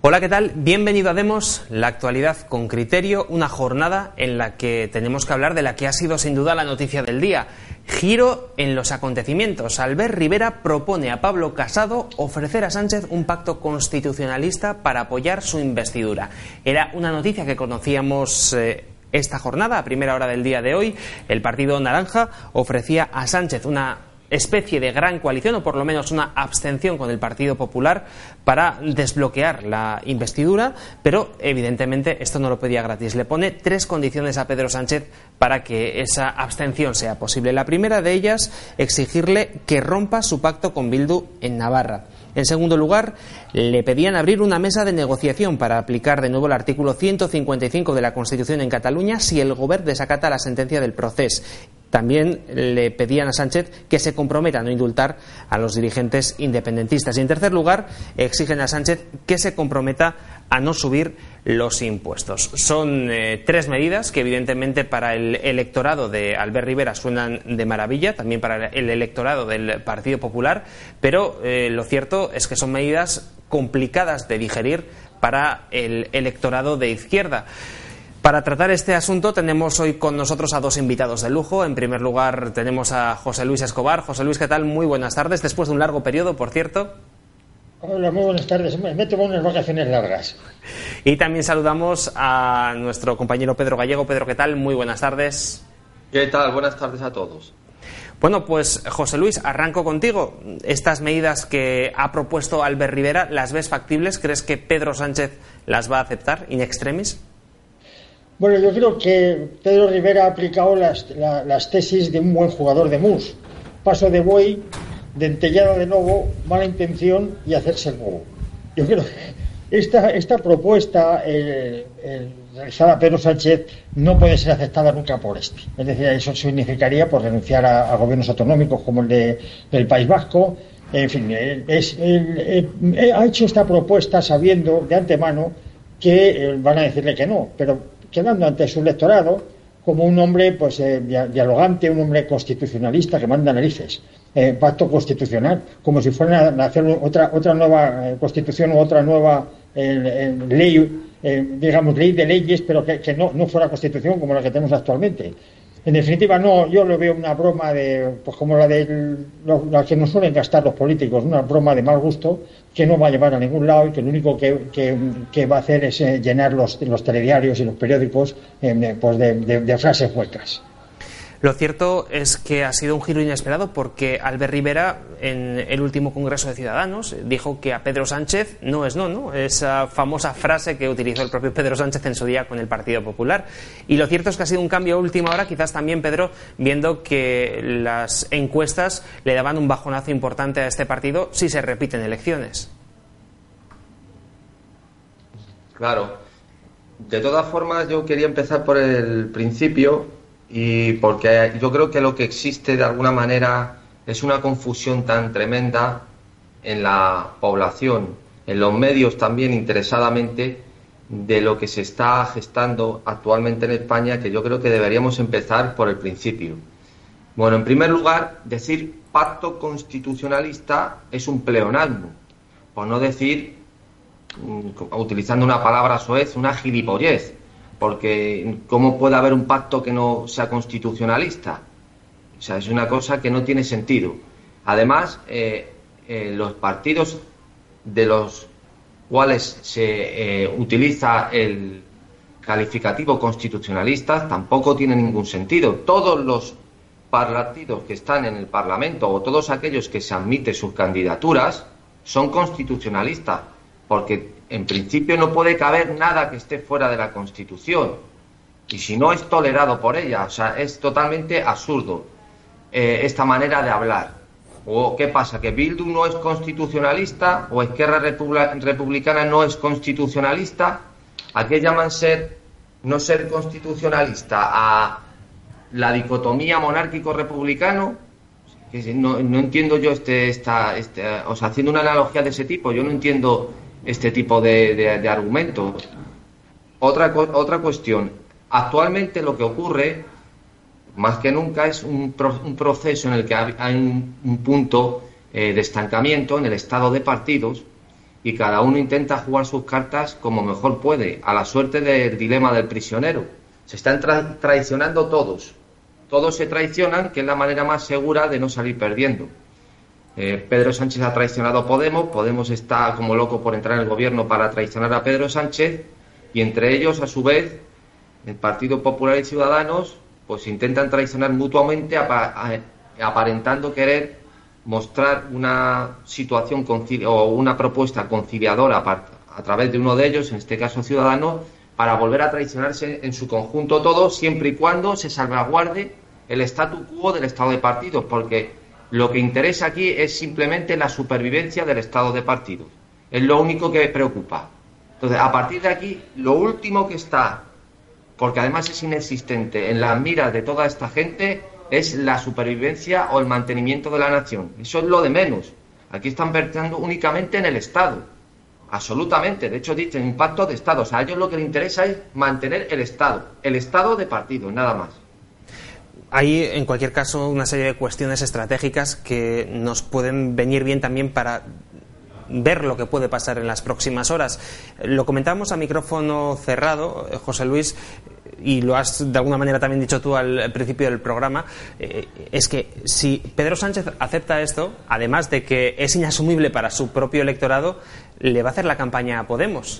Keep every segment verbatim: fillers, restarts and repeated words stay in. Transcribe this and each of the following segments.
Hola, ¿qué tal? Bienvenido a Demos, la actualidad con criterio, una jornada en la que tenemos que hablar de la que ha sido sin duda la noticia del día. Giro en los acontecimientos. Albert Rivera propone a Pablo Casado ofrecer a Sánchez un pacto constitucionalista para apoyar su investidura. Era una noticia que conocíamos eh, esta jornada, a primera hora del día de hoy. El Partido Naranja ofrecía a Sánchez una especie de gran coalición, o por lo menos una abstención con el Partido Popular para desbloquear la investidura, pero evidentemente esto no lo pedía gratis. Le pone tres condiciones a Pedro Sánchez para que esa abstención sea posible. La primera de ellas, exigirle que rompa su pacto con Bildu en Navarra. En segundo lugar, le pedían abrir una mesa de negociación para aplicar de nuevo el artículo ciento cincuenta y cinco de la Constitución en Cataluña si el Govern desacata la sentencia del Procés. También le pedían a Sánchez que se comprometa a no indultar a los dirigentes independentistas. Y en tercer lugar, exigen a Sánchez que se comprometa a no subir los impuestos. Son eh, tres medidas que evidentemente para el electorado de Albert Rivera suenan de maravilla, también para el electorado del Partido Popular, pero eh, lo cierto es que son medidas complicadas de digerir para el electorado de izquierda. Para tratar este asunto tenemos hoy con nosotros a dos invitados de lujo. En primer lugar tenemos a José Luis Escobar. José Luis, ¿qué tal? Muy buenas tardes, después de un largo periodo, por cierto. Hola, muy buenas tardes. Me he tomado unas vacaciones largas. Y también saludamos a nuestro compañero Pedro Gallego. Pedro, ¿qué tal? Muy buenas tardes. ¿Qué tal? Buenas tardes a todos. Bueno, pues José Luis, arranco contigo. Estas medidas que ha propuesto Albert Rivera, ¿las ves factibles? ¿Crees que Pedro Sánchez las va a aceptar in extremis? Bueno, yo creo que Pedro Rivera ha aplicado las, la, las tesis de un buen jugador de mus. Paso de buey, dentellada de lobo, mala intención y hacerse el bobo. Yo creo que esta, esta propuesta eh, eh, realizada a Pedro Sánchez no puede ser aceptada nunca por este. Es decir, eso significaría pues, renunciar a, a gobiernos autonómicos como el de, del País Vasco. En fin, eh, es, eh, eh, ha hecho esta propuesta sabiendo de antemano que eh, van a decirle que no, pero quedando ante su electorado como un hombre pues eh, dialogante, un hombre constitucionalista que manda narices, eh, pacto constitucional, como si fuera a hacer otra otra nueva eh, constitución u otra nueva eh, eh, ley, eh, digamos ley de leyes, pero que, que no, no fuera constitución como la que tenemos actualmente. En definitiva, no, yo lo veo una broma de, pues como la de la que nos suelen gastar los políticos, una broma de mal gusto que no va a llevar a ningún lado y que lo único que, que, que va a hacer es eh, llenar los, los telediarios y los periódicos eh, pues de, de, de frases huecas. Lo cierto es que ha sido un giro inesperado porque Albert Rivera en el último Congreso de Ciudadanos dijo que a Pedro Sánchez no es no, ¿no? Esa famosa frase que utilizó el propio Pedro Sánchez en su día con el Partido Popular. Y lo cierto es que ha sido un cambio a última hora, quizás también, Pedro, viendo que las encuestas le daban un bajonazo importante a este partido si se repiten elecciones. Claro. De todas formas, yo quería empezar por el principio. Y porque yo creo que lo que existe de alguna manera es una confusión tan tremenda en la población, en los medios también interesadamente, de lo que se está gestando actualmente en España, que yo creo que deberíamos empezar por el principio. Bueno, en primer lugar, decir pacto constitucionalista es un pleonasmo, por no decir, utilizando una palabra soez, una gilipollez. Porque ¿cómo puede haber un pacto que no sea constitucionalista? O sea, es una cosa que no tiene sentido. Además, eh, eh, los partidos de los cuales se eh, utiliza el calificativo constitucionalista tampoco tienen ningún sentido. Todos los partidos que están en el Parlamento o todos aquellos que se admiten sus candidaturas son constitucionalistas, porque en principio no puede caber nada que esté fuera de la Constitución y si no es tolerado por ella, o sea, es totalmente absurdo eh, esta manera de hablar. ¿O qué pasa? ¿Que Bildu no es constitucionalista o Esquerra Republicana no es constitucionalista? ¿A qué llaman ser no ser constitucionalista? ¿A la dicotomía monárquico-republicano? No, no entiendo yo este, esta, este, o sea, haciendo una analogía de ese tipo, yo no entiendo este tipo de, de, de argumentos. Otra, otra cuestión. Actualmente lo que ocurre, más que nunca, es un, pro, un proceso en el que hay un, un punto eh, de estancamiento en el estado de partidos y cada uno intenta jugar sus cartas como mejor puede, a la suerte del dilema del prisionero. Se están tra- traicionando todos. Todos se traicionan, que es la manera más segura de no salir perdiendo. Eh, Pedro Sánchez ha traicionado a Podemos, Podemos está como loco por entrar en el gobierno para traicionar a Pedro Sánchez, y entre ellos, a su vez, el Partido Popular y Ciudadanos, pues intentan traicionar mutuamente, apa- a- aparentando querer mostrar una situación concili- o una propuesta conciliadora a través de uno de ellos, en este caso Ciudadanos, para volver a traicionarse en su conjunto todo, siempre y cuando se salvaguarde el statu quo del estado de partidos, porque lo que interesa aquí es simplemente la supervivencia del estado de partidos. Es lo único que preocupa. Entonces, a partir de aquí, lo último que está, porque además es inexistente, en las miras de toda esta gente, es la supervivencia o el mantenimiento de la nación. Eso es lo de menos. Aquí están pensando únicamente en el Estado. Absolutamente. De hecho, dicen impacto de Estado. O sea, a ellos lo que les interesa es mantener el Estado. El Estado de partidos, nada más. Hay, en cualquier caso, una serie de cuestiones estratégicas que nos pueden venir bien también para ver lo que puede pasar en las próximas horas. Lo comentamos a micrófono cerrado, José Luis, y lo has de alguna manera también dicho tú al principio del programa, eh, es que si Pedro Sánchez acepta esto, además de que es inasumible para su propio electorado, le va a hacer la campaña a Podemos.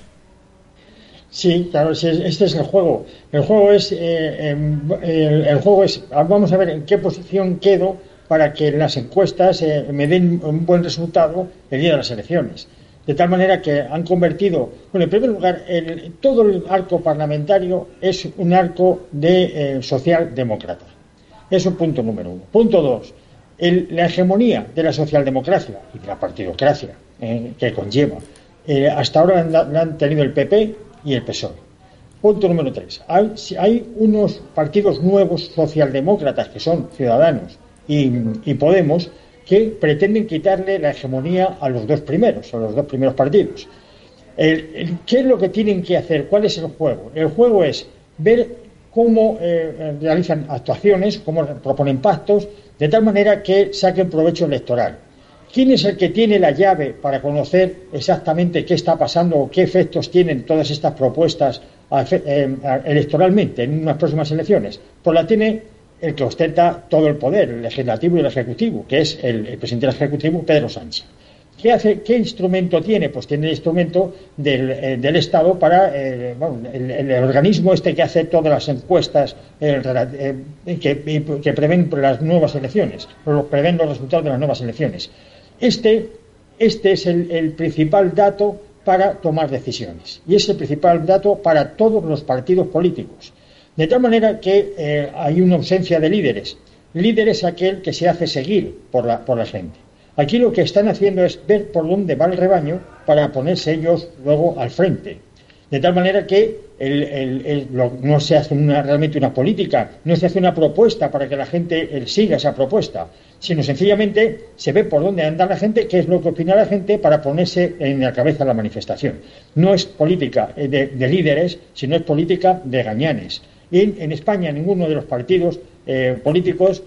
Sí, claro, este es el juego. El juego es, eh, eh, el, el juego es, vamos a ver en qué posición quedo para que las encuestas eh, me den un buen resultado el día de las elecciones. De tal manera que han convertido, bueno, en primer lugar, el, todo el arco parlamentario es un arco de eh, socialdemócrata. Eso es punto número uno. Punto dos, el, la hegemonía de la socialdemocracia y de la partidocracia eh, que conlleva. Eh, hasta ahora la, la han tenido el P P y el P S O E. Punto número tres, hay, hay unos partidos nuevos socialdemócratas que son Ciudadanos y, y Podemos, que pretenden quitarle la hegemonía a los dos primeros, a los dos primeros partidos. El, el, ¿Qué es lo que tienen que hacer? ¿Cuál es el juego? El juego es ver cómo eh, realizan actuaciones, cómo proponen pactos, de tal manera que saquen provecho electoral. ¿Quién es el que tiene la llave para conocer exactamente qué está pasando o qué efectos tienen todas estas propuestas eh, electoralmente en unas próximas elecciones? Pues la tiene el que ostenta todo el poder, el legislativo y el ejecutivo, que es el, el presidente del ejecutivo, Pedro Sánchez. ¿Qué hace? ¿Qué instrumento tiene? Pues tiene el instrumento del, eh, del Estado para eh, bueno, el, el organismo este que hace todas las encuestas eh, eh, que, que prevén las nuevas elecciones, o prevén los resultados de las nuevas elecciones. Este, este es el, el principal dato para tomar decisiones y es el principal dato para todos los partidos políticos. De tal manera que eh, hay una ausencia de líderes. Líder es aquel que se hace seguir por la, por la gente. Aquí lo que están haciendo es ver por dónde va el rebaño para ponerse ellos luego al frente. De tal manera que el, el, el, lo, no se hace una, realmente una política, no se hace una propuesta para que la gente el, siga esa propuesta, sino sencillamente se ve por dónde anda la gente, qué es lo que opina la gente para ponerse en la cabeza la manifestación. No es política de, de líderes, sino es política de gañanes. Y en, en España ninguno de los partidos eh, políticos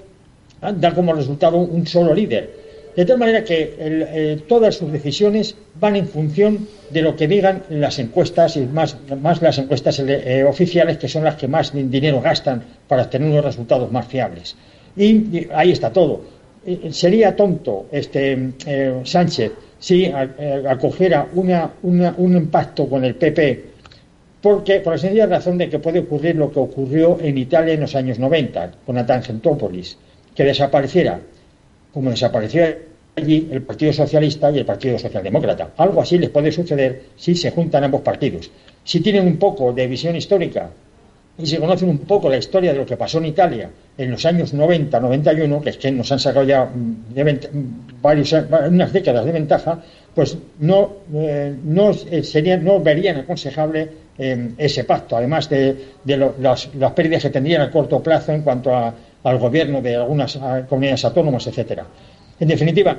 da como resultado un solo líder. De tal manera que el, eh, todas sus decisiones van en función de lo que digan las encuestas y más, más las encuestas eh, oficiales, que son las que más dinero gastan para obtener unos resultados más fiables. Y, y ahí está todo. Eh, sería tonto este eh, Sánchez si eh, acogiera una, una, un impacto con el P P, porque por la sencilla razón de que puede ocurrir lo que ocurrió en Italia en los años noventa con la Tangentopoli, que desapareciera como desapareció allí el Partido Socialista y el Partido Socialdemócrata. Algo así les puede suceder si se juntan ambos partidos. Si tienen un poco de visión histórica y si conocen un poco la historia de lo que pasó en Italia en los años noventa, noventa y uno, que es que nos han sacado ya de varios, unas décadas de ventaja, pues no, eh, no, sería, no verían aconsejable eh, ese pacto, además de, de lo, las, las pérdidas que tendrían a corto plazo en cuanto a al gobierno de algunas comunidades autónomas, etcétera. En definitiva,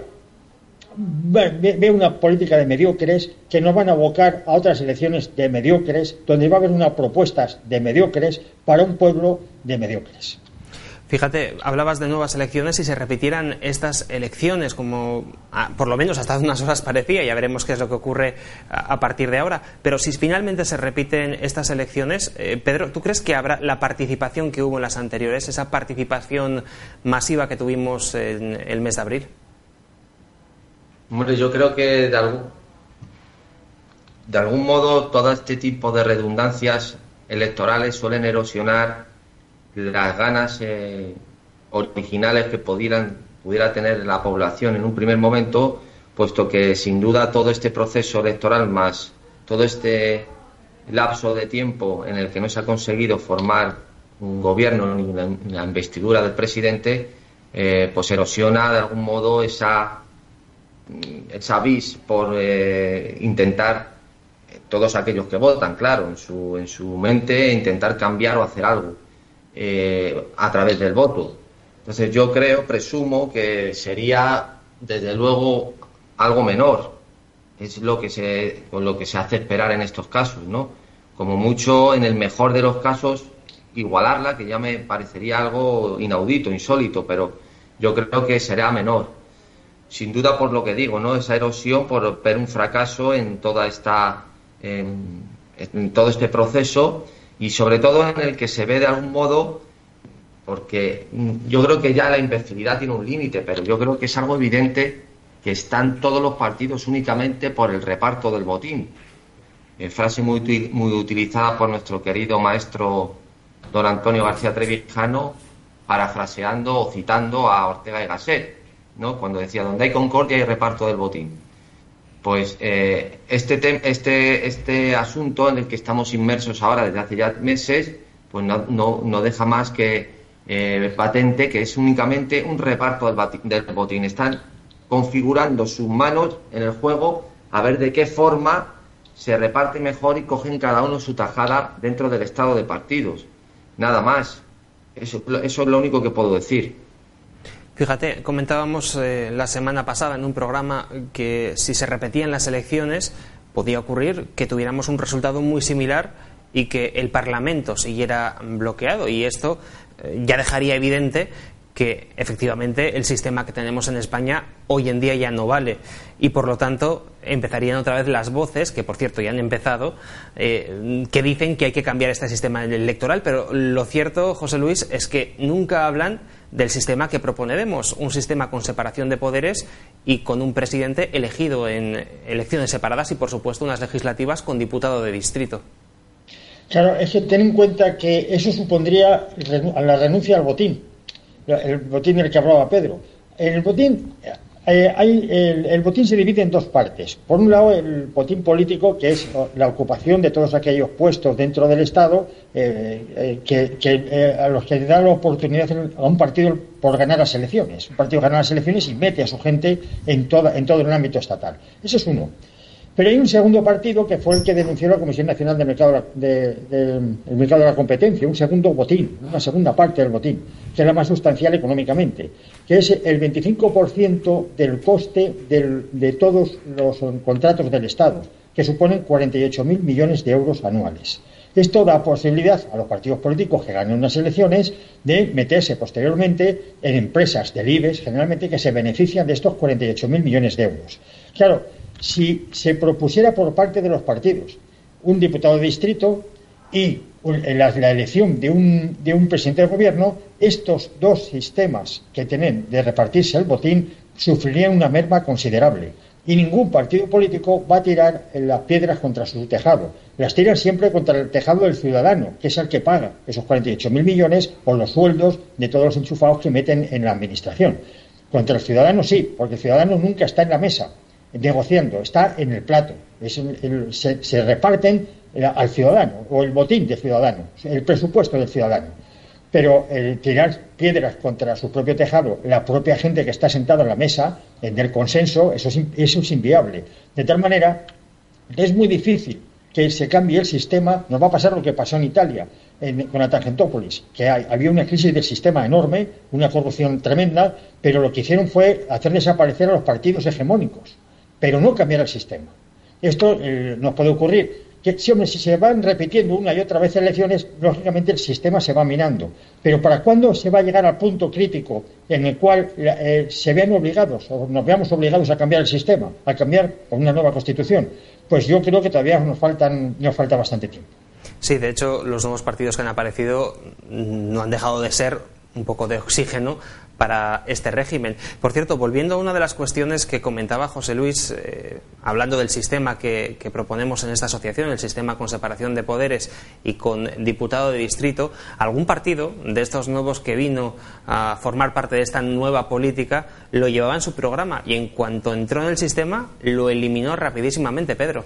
ve una política de mediocres que nos van a abocar a otras elecciones de mediocres, donde va a haber unas propuestas de mediocres para un pueblo de mediocres. Fíjate, hablabas de nuevas elecciones. Si se repitieran estas elecciones, como ah, por lo menos hasta hace unas horas parecía, ya veremos qué es lo que ocurre a, a partir de ahora, pero si finalmente se repiten estas elecciones, eh, Pedro, ¿tú crees que habrá la participación que hubo en las anteriores, esa participación masiva que tuvimos en el mes de abril? Hombre, yo creo que de algún, de algún modo todo este tipo de redundancias electorales suelen erosionar las ganas eh, originales que pudieran, pudiera tener la población en un primer momento, puesto que sin duda todo este proceso electoral más todo este lapso de tiempo en el que no se ha conseguido formar un gobierno ni la, ni la investidura del presidente, eh, pues erosiona de algún modo esa, esa vis por eh, intentar, todos aquellos que votan, claro, en su, en su mente, intentar cambiar o hacer algo Eh, a través del voto. Entonces yo creo, presumo que sería desde luego algo menor, es lo que se con lo que se hace esperar en estos casos, ¿no? Como mucho, en el mejor de los casos, igualarla, que ya me parecería algo inaudito, insólito, pero yo creo que será menor, sin duda, por lo que digo, ¿no? Esa erosión por ver un fracaso en toda esta en, en todo este proceso, y sobre todo en el que se ve de algún modo, porque yo creo que ya la imbecilidad tiene un límite, pero yo creo que es algo evidente que están todos los partidos únicamente por el reparto del botín. Eh, frase muy, muy utilizada por nuestro querido maestro don Antonio García Trevijano, parafraseando o citando a Ortega y Gasset, ¿no? Cuando decía, donde hay concordia hay reparto del botín. Pues eh, este, tem- este este asunto en el que estamos inmersos ahora desde hace ya meses, pues no, no, no deja más que eh, patente que es únicamente un reparto del, bati- del botín. Están configurando sus manos en el juego a ver de qué forma se reparte mejor y cogen cada uno su tajada dentro del estado de partidos. Nada más. Eso, eso es lo único que puedo decir. Fíjate, comentábamos eh, la semana pasada en un programa que si se repetían las elecciones podía ocurrir que tuviéramos un resultado muy similar y que el Parlamento siguiera bloqueado, y esto eh, ya dejaría evidente que efectivamente el sistema que tenemos en España hoy en día ya no vale, y por lo tanto empezarían otra vez las voces, que por cierto ya han empezado, eh, que dicen que hay que cambiar este sistema electoral, pero lo cierto, José Luis, es que nunca hablan del sistema que proponemos, un sistema con separación de poderes y con un presidente elegido en elecciones separadas y, por supuesto, unas legislativas con diputado de distrito. Claro, es que ten en cuenta que eso supondría la renuncia al botín, el botín del que hablaba Pedro. En el botín, eh, hay, el, el botín se divide en dos partes. Por un lado, el botín político, que es la ocupación de todos aquellos puestos dentro del Estado eh, eh, que, que eh, a los que da la oportunidad a un partido por ganar las elecciones. Un partido gana las elecciones y mete a su gente en, toda, en todo el ámbito estatal. Ese es uno. Pero hay un segundo partido que fue el que denunció la Comisión Nacional de Mercado de, de, de, Mercado de la Competencia, un segundo botín, una segunda parte del botín, que es la más sustancial económicamente, que es el veinticinco por ciento del coste del, de todos los contratos del Estado, que suponen cuarenta y ocho mil millones de euros anuales. Esto da posibilidad a los partidos políticos que ganen unas elecciones de meterse posteriormente en empresas del IBEX, generalmente, que se benefician de estos cuarenta y ocho mil millones de euros. Claro, si se propusiera por parte de los partidos un diputado de distrito y la, la elección de un, de un presidente del gobierno, estos dos sistemas que tienen de repartirse el botín sufrirían una merma considerable. Y ningún partido político va a tirar las piedras contra su tejado. Las tiran siempre contra el tejado del ciudadano, que es el que paga esos cuarenta y ocho mil millones o los sueldos de todos los enchufados que meten en la administración. Contra el ciudadano sí, porque el ciudadano nunca está en la mesa negociando, está en el plato. Es el, el, se, se reparten al ciudadano, o el botín del ciudadano, el presupuesto del ciudadano. Pero el tirar piedras contra su propio tejado, la propia gente que está sentada en la mesa, en el consenso, eso es, eso es inviable. De tal manera que es muy difícil que se cambie el sistema. Nos va a pasar lo que pasó en Italia en, con la Tangentopoli, que hay, había una crisis del sistema enorme, una corrupción tremenda, pero lo que hicieron fue hacer desaparecer a los partidos hegemónicos, pero no cambiar el sistema. Esto eh, nos puede ocurrir que si, hombre, si se van repitiendo una y otra vez elecciones, lógicamente el sistema se va minando. Pero ¿para cuándo se va a llegar al punto crítico en el cual eh, se vean obligados o nos veamos obligados a cambiar el sistema, a cambiar por una nueva constitución? Pues yo creo que todavía nos faltan, nos falta bastante tiempo. Sí, de hecho, los nuevos partidos que han aparecido no han dejado de ser un poco de oxígeno para este régimen. Por cierto, volviendo a una de las cuestiones que comentaba José Luis, eh, hablando del sistema que, que proponemos en esta asociación, el sistema con separación de poderes y con diputado de distrito, algún partido de estos nuevos que vino a formar parte de esta nueva política lo llevaba en su programa y en cuanto entró en el sistema lo eliminó rapidísimamente, Pedro.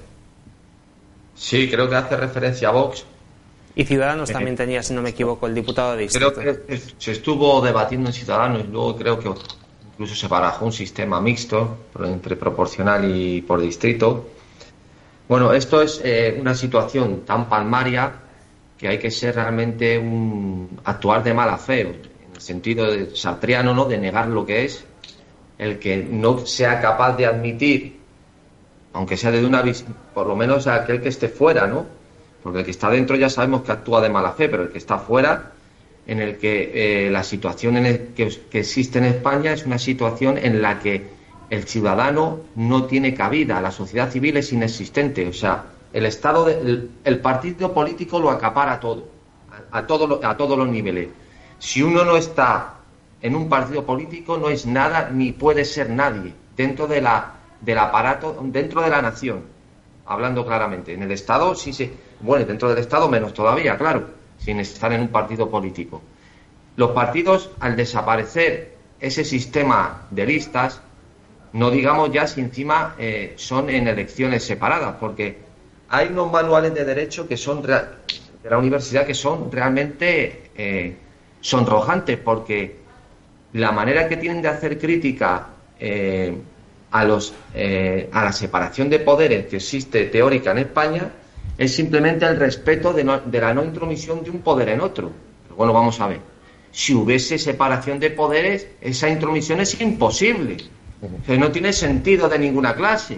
Sí, creo que hace referencia a Vox. Y Ciudadanos también tenía, si no me equivoco, el diputado de distrito. Creo que se estuvo debatiendo en Ciudadanos y luego creo que incluso se barajó un sistema mixto entre proporcional y por distrito. Bueno, esto es eh, una situación tan palmaria que hay que ser realmente un actuar de mala fe, en el sentido de sartriano, ¿no?, de negar lo que es, el que no sea capaz de admitir, aunque sea desde una visión, por lo menos aquel que esté fuera, ¿no? Porque el que está dentro ya sabemos que actúa de mala fe, pero el que está fuera, en el que eh, la situación en el que, que existe en España es una situación en la que el ciudadano no tiene cabida, la sociedad civil es inexistente, o sea, el Estado, de, el, el partido político lo acapara todo, a, a, todo, a todos los niveles. Si uno no está en un partido político, no es nada ni puede ser nadie dentro de la, del aparato, dentro de la nación. Hablando claramente, en el Estado sí se... Bueno, dentro del Estado menos todavía, claro, sin estar en un partido político. Los partidos, al desaparecer ese sistema de listas, no digamos ya si encima eh, son en elecciones separadas, porque hay unos manuales de derecho que son de la universidad que son realmente eh, sonrojantes, porque la manera que tienen de hacer crítica eh, a los eh, a la separación de poderes que existe teórica en España es simplemente el respeto de, no, de la no intromisión de un poder en otro. Pero bueno, vamos a ver. Si hubiese separación de poderes, esa intromisión es imposible. O sea, no tiene sentido de ninguna clase.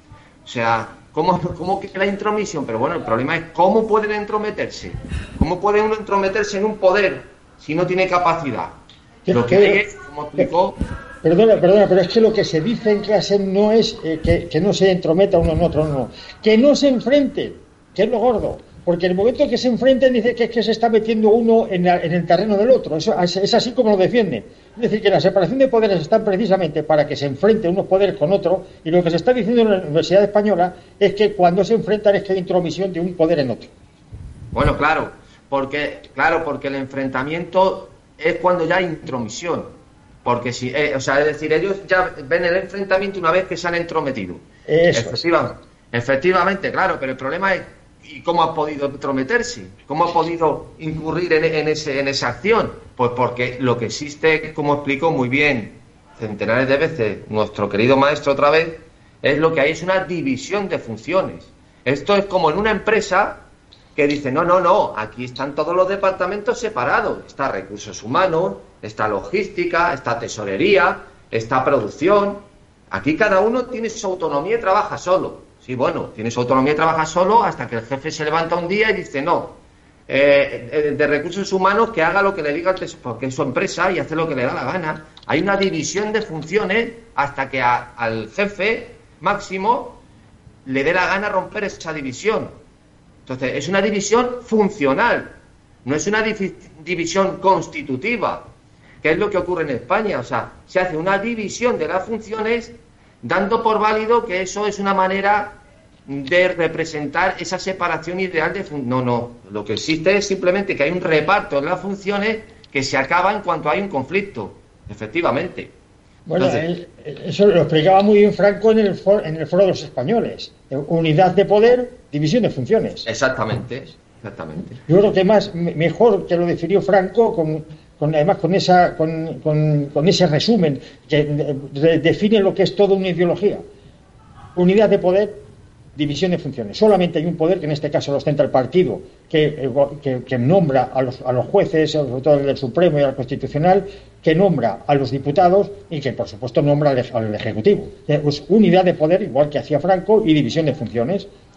O sea, ¿cómo, cómo que la intromisión? Pero bueno, el problema es cómo pueden entrometerse. ¿Cómo puede uno entrometerse en un poder si no tiene capacidad? Lo que hay es, como explicó... Perdona, perdona, pero es que lo que se dice en clase no es eh, que, que no se entrometa uno en otro, no. Que no se enfrenten, que es lo gordo. Porque en el momento que se enfrenten dice que es que se está metiendo uno en, la, en el terreno del otro. Eso es, es así como lo defienden. Es decir, que la separación de poderes está precisamente para que se enfrenten unos poderes con otros. Y lo que se está diciendo en la Universidad Española es que cuando se enfrentan es que hay intromisión de un poder en otro. Bueno, claro, porque, claro, porque el enfrentamiento es cuando ya hay intromisión. Porque si, eh, o sea, es decir, ellos ya ven el enfrentamiento una vez que se han entrometido. Eso. Efectivamente, efectivamente, claro, pero el problema es ¿y cómo ha podido entrometerse? ¿Cómo ha podido incurrir en, en, ese, en esa acción? Pues porque lo que existe, como explicó muy bien centenares de veces nuestro querido maestro otra vez, es lo que hay es una división de funciones. Esto es como en una empresa que dice, no, no, no, aquí están todos los departamentos separados. Está recursos humanos, está logística, está tesorería, está producción. Aquí cada uno tiene su autonomía y trabaja solo. Sí, bueno, tiene su autonomía y trabaja solo hasta que el jefe se levanta un día y dice, no, eh, de recursos humanos que haga lo que le diga el tesoro, porque es su empresa y hace lo que le da la gana. Hay una división de funciones hasta que a, al jefe máximo le dé la gana romper esa división. Entonces, es una división funcional, no es una división constitutiva, que es lo que ocurre en España. O sea, se hace una división de las funciones dando por válido que eso es una manera de representar esa separación ideal de funciones. No, no, lo que existe es simplemente que hay un reparto de las funciones que se acaba en cuanto hay un conflicto, efectivamente. Bueno, Entonces, eso lo explicaba muy bien Franco en el, foro, en el foro de los españoles. Unidad de poder, división de funciones. Exactamente, exactamente. Yo creo que más mejor que lo definió Franco, con, con además con esa con, con, con ese resumen que de, de, define lo que es toda una ideología. Unidad de poder, división de funciones. Solamente hay un poder, que en este caso lo ostenta el partido, que, que, que nombra a los, a los jueces, sobre todo el del Supremo y al Constitucional, que nombra a los diputados y que, por supuesto, nombra al, al Ejecutivo. Pues unidad de poder, igual que hacía Franco, y división de funciones.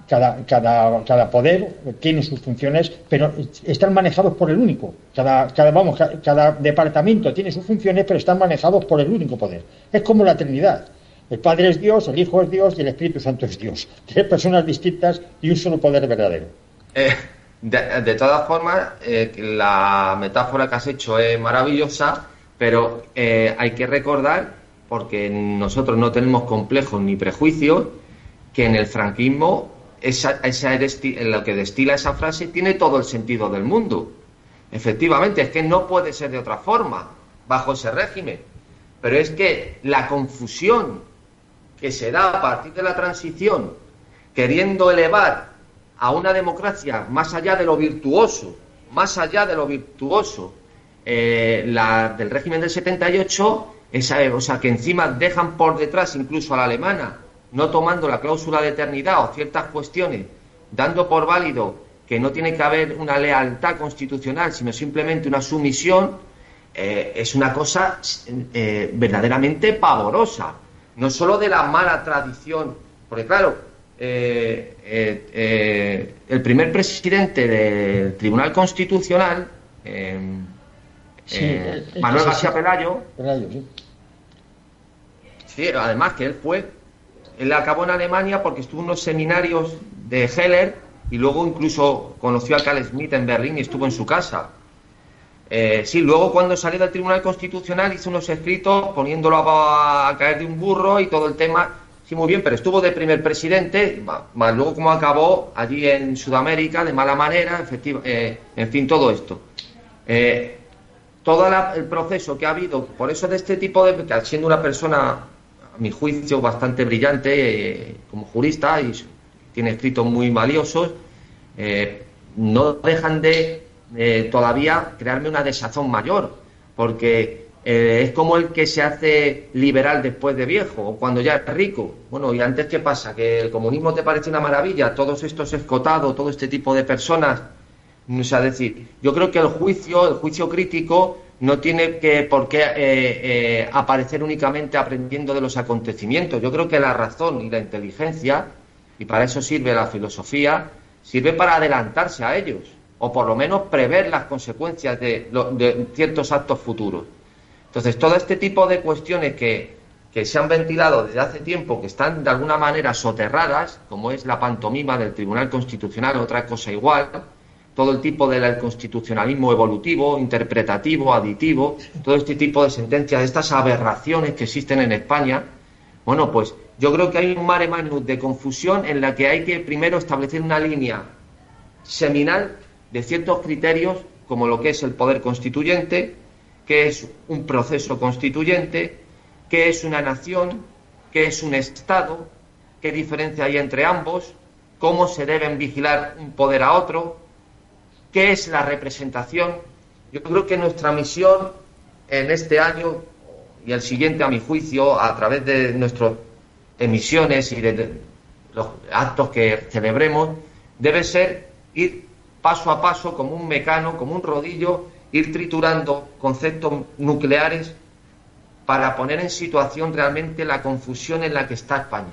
cada, cada, cada poder tiene sus funciones, pero están manejados por el único. Cada, cada, vamos, cada, cada departamento tiene sus funciones, pero están manejados por el único poder. Es como la Trinidad. El Padre es Dios, el Hijo es Dios y el Espíritu Santo es Dios. Tres personas distintas y un solo poder verdadero. Eh, de, de todas formas, eh, la metáfora que has hecho es maravillosa, pero eh, hay que recordar, porque nosotros no tenemos complejos ni prejuicios, que en el franquismo esa, esa lo que destila esa frase tiene todo el sentido del mundo. Efectivamente, es que no puede ser de otra forma bajo ese régimen, pero es que la confusión que se da a partir de la transición, queriendo elevar a una democracia más allá de lo virtuoso, más allá de lo virtuoso, eh, la del régimen del setenta y ocho, esa, o sea, que encima dejan por detrás incluso a la alemana, no tomando la cláusula de eternidad o ciertas cuestiones, dando por válido que no tiene que haber una lealtad constitucional, sino simplemente una sumisión, eh, es una cosa eh, verdaderamente pavorosa. No solo de la mala tradición, porque claro, eh, eh, eh, el primer presidente del Tribunal Constitucional, eh, sí, eh, el, Manuel el, García Pelayo, Pelayo sí. sí, además que él fue, él acabó en Alemania porque estuvo en unos seminarios de Heller y luego incluso conoció a Carl Schmitt en Berlín y estuvo en su casa. Eh, sí, luego cuando salió del Tribunal Constitucional hizo unos escritos poniéndolo a, a caer de un burro y todo el tema, sí, muy bien, pero estuvo de primer presidente, más luego como acabó allí en Sudamérica de mala manera, efectiva, eh, en fin, todo esto. Eh, todo la, el proceso que ha habido, por eso de este tipo de, siendo una persona, a mi juicio, bastante brillante eh, como jurista y tiene escritos muy valiosos, eh, no dejan de Eh, todavía crearme una desazón mayor, porque eh, es como el que se hace liberal después de viejo o cuando ya es rico. Bueno, ¿y antes qué pasa? ¿Que el comunismo te parece una maravilla? Todos estos escotados, todo este tipo de personas. O sea, decir, yo creo que el juicio, el juicio crítico no tiene que por qué eh, eh, aparecer únicamente aprendiendo de los acontecimientos. Yo creo que la razón y la inteligencia, y para eso sirve la filosofía, sirve para adelantarse a ellos, o por lo menos prever las consecuencias de, de ciertos actos futuros. Entonces, todo este tipo de cuestiones que, que se han ventilado desde hace tiempo, que están de alguna manera soterradas, como es la pantomima del Tribunal Constitucional, otra cosa igual, todo el tipo del constitucionalismo evolutivo, interpretativo, aditivo, todo este tipo de sentencias, estas aberraciones que existen en España, bueno, pues yo creo que hay un mare magnum de confusión en la que hay que primero establecer una línea seminal de ciertos criterios, como lo que es el poder constituyente, que es un proceso constituyente, que es una nación, que es un Estado, qué diferencia hay entre ambos, cómo se deben vigilar un poder a otro, qué es la representación. Yo creo que nuestra misión en este año y el siguiente, a mi juicio, a través de nuestras emisiones y de los actos que celebremos, debe ser ir paso a paso, como un mecano, como un rodillo, ir triturando conceptos nucleares para poner en situación realmente la confusión en la que está España.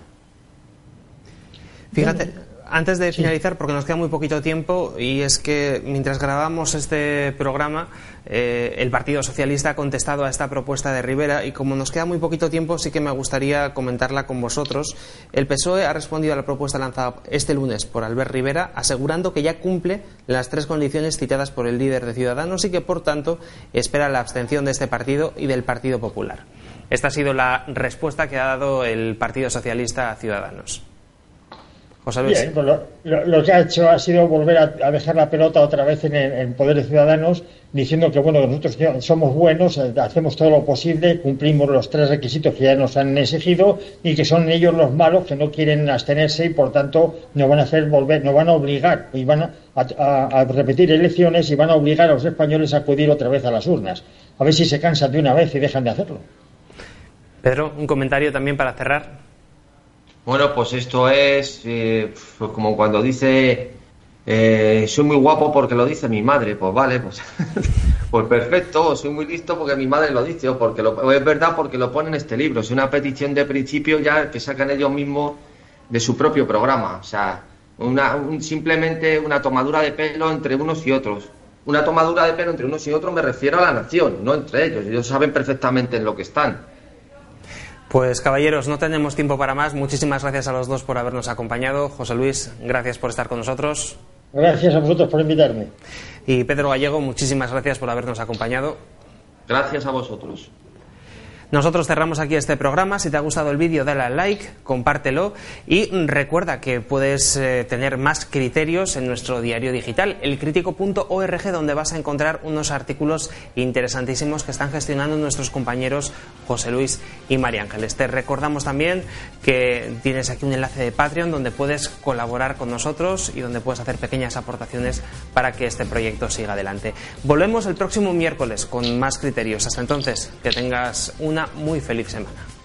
Fíjate, antes de finalizar, porque nos queda muy poquito tiempo, y es que mientras grabamos este programa, eh, el Partido Socialista ha contestado a esta propuesta de Rivera, y como nos queda muy poquito tiempo, sí que me gustaría comentarla con vosotros. El P S O E ha respondido a la propuesta lanzada este lunes por Albert Rivera, asegurando que ya cumple las tres condiciones citadas por el líder de Ciudadanos y que, por tanto, espera la abstención de este partido y del Partido Popular. Esta ha sido la respuesta que ha dado el Partido Socialista a Ciudadanos. José Luis. Bien, pues lo, lo, lo que ha hecho ha sido volver a, a dejar la pelota otra vez en el en poder de Ciudadanos, diciendo que bueno, nosotros somos buenos, hacemos todo lo posible, cumplimos los tres requisitos que ya nos han exigido y que son ellos los malos que no quieren abstenerse y por tanto nos van a hacer volver, nos van a obligar y van a, a, a repetir elecciones y van a obligar a los españoles a acudir otra vez a las urnas. A ver si se cansan de una vez y dejan de hacerlo. Pedro, un comentario también para cerrar. Bueno, pues esto es eh, pues como cuando dice eh, soy muy guapo porque lo dice mi madre. Pues vale, pues, pues perfecto, soy muy listo porque mi madre lo dice, o porque lo, o es verdad porque lo pone en este libro. Es una petición de principio ya que sacan ellos mismos de su propio programa. O sea, Una, un, simplemente una tomadura de pelo entre unos y otros. Una tomadura de pelo entre unos y otros me refiero a la nación, no entre ellos. Ellos saben perfectamente en lo que están. Pues caballeros, no tenemos tiempo para más. Muchísimas gracias a los dos por habernos acompañado. José Luis, gracias por estar con nosotros. Gracias a vosotros por invitarme. Y Pedro Gallego, muchísimas gracias por habernos acompañado. Gracias a vosotros. Nosotros cerramos aquí este programa. Si te ha gustado el vídeo, dale al like, compártelo y recuerda que puedes eh, tener más criterios en nuestro diario digital, elcrítico punto org, donde vas a encontrar unos artículos interesantísimos que están gestionando nuestros compañeros José Luis y María Ángeles. Te recordamos también que tienes aquí un enlace de Patreon donde puedes colaborar con nosotros y donde puedes hacer pequeñas aportaciones para que este proyecto siga adelante. Volvemos el próximo miércoles con más criterios. Hasta entonces, que tengas un una muy feliz semana.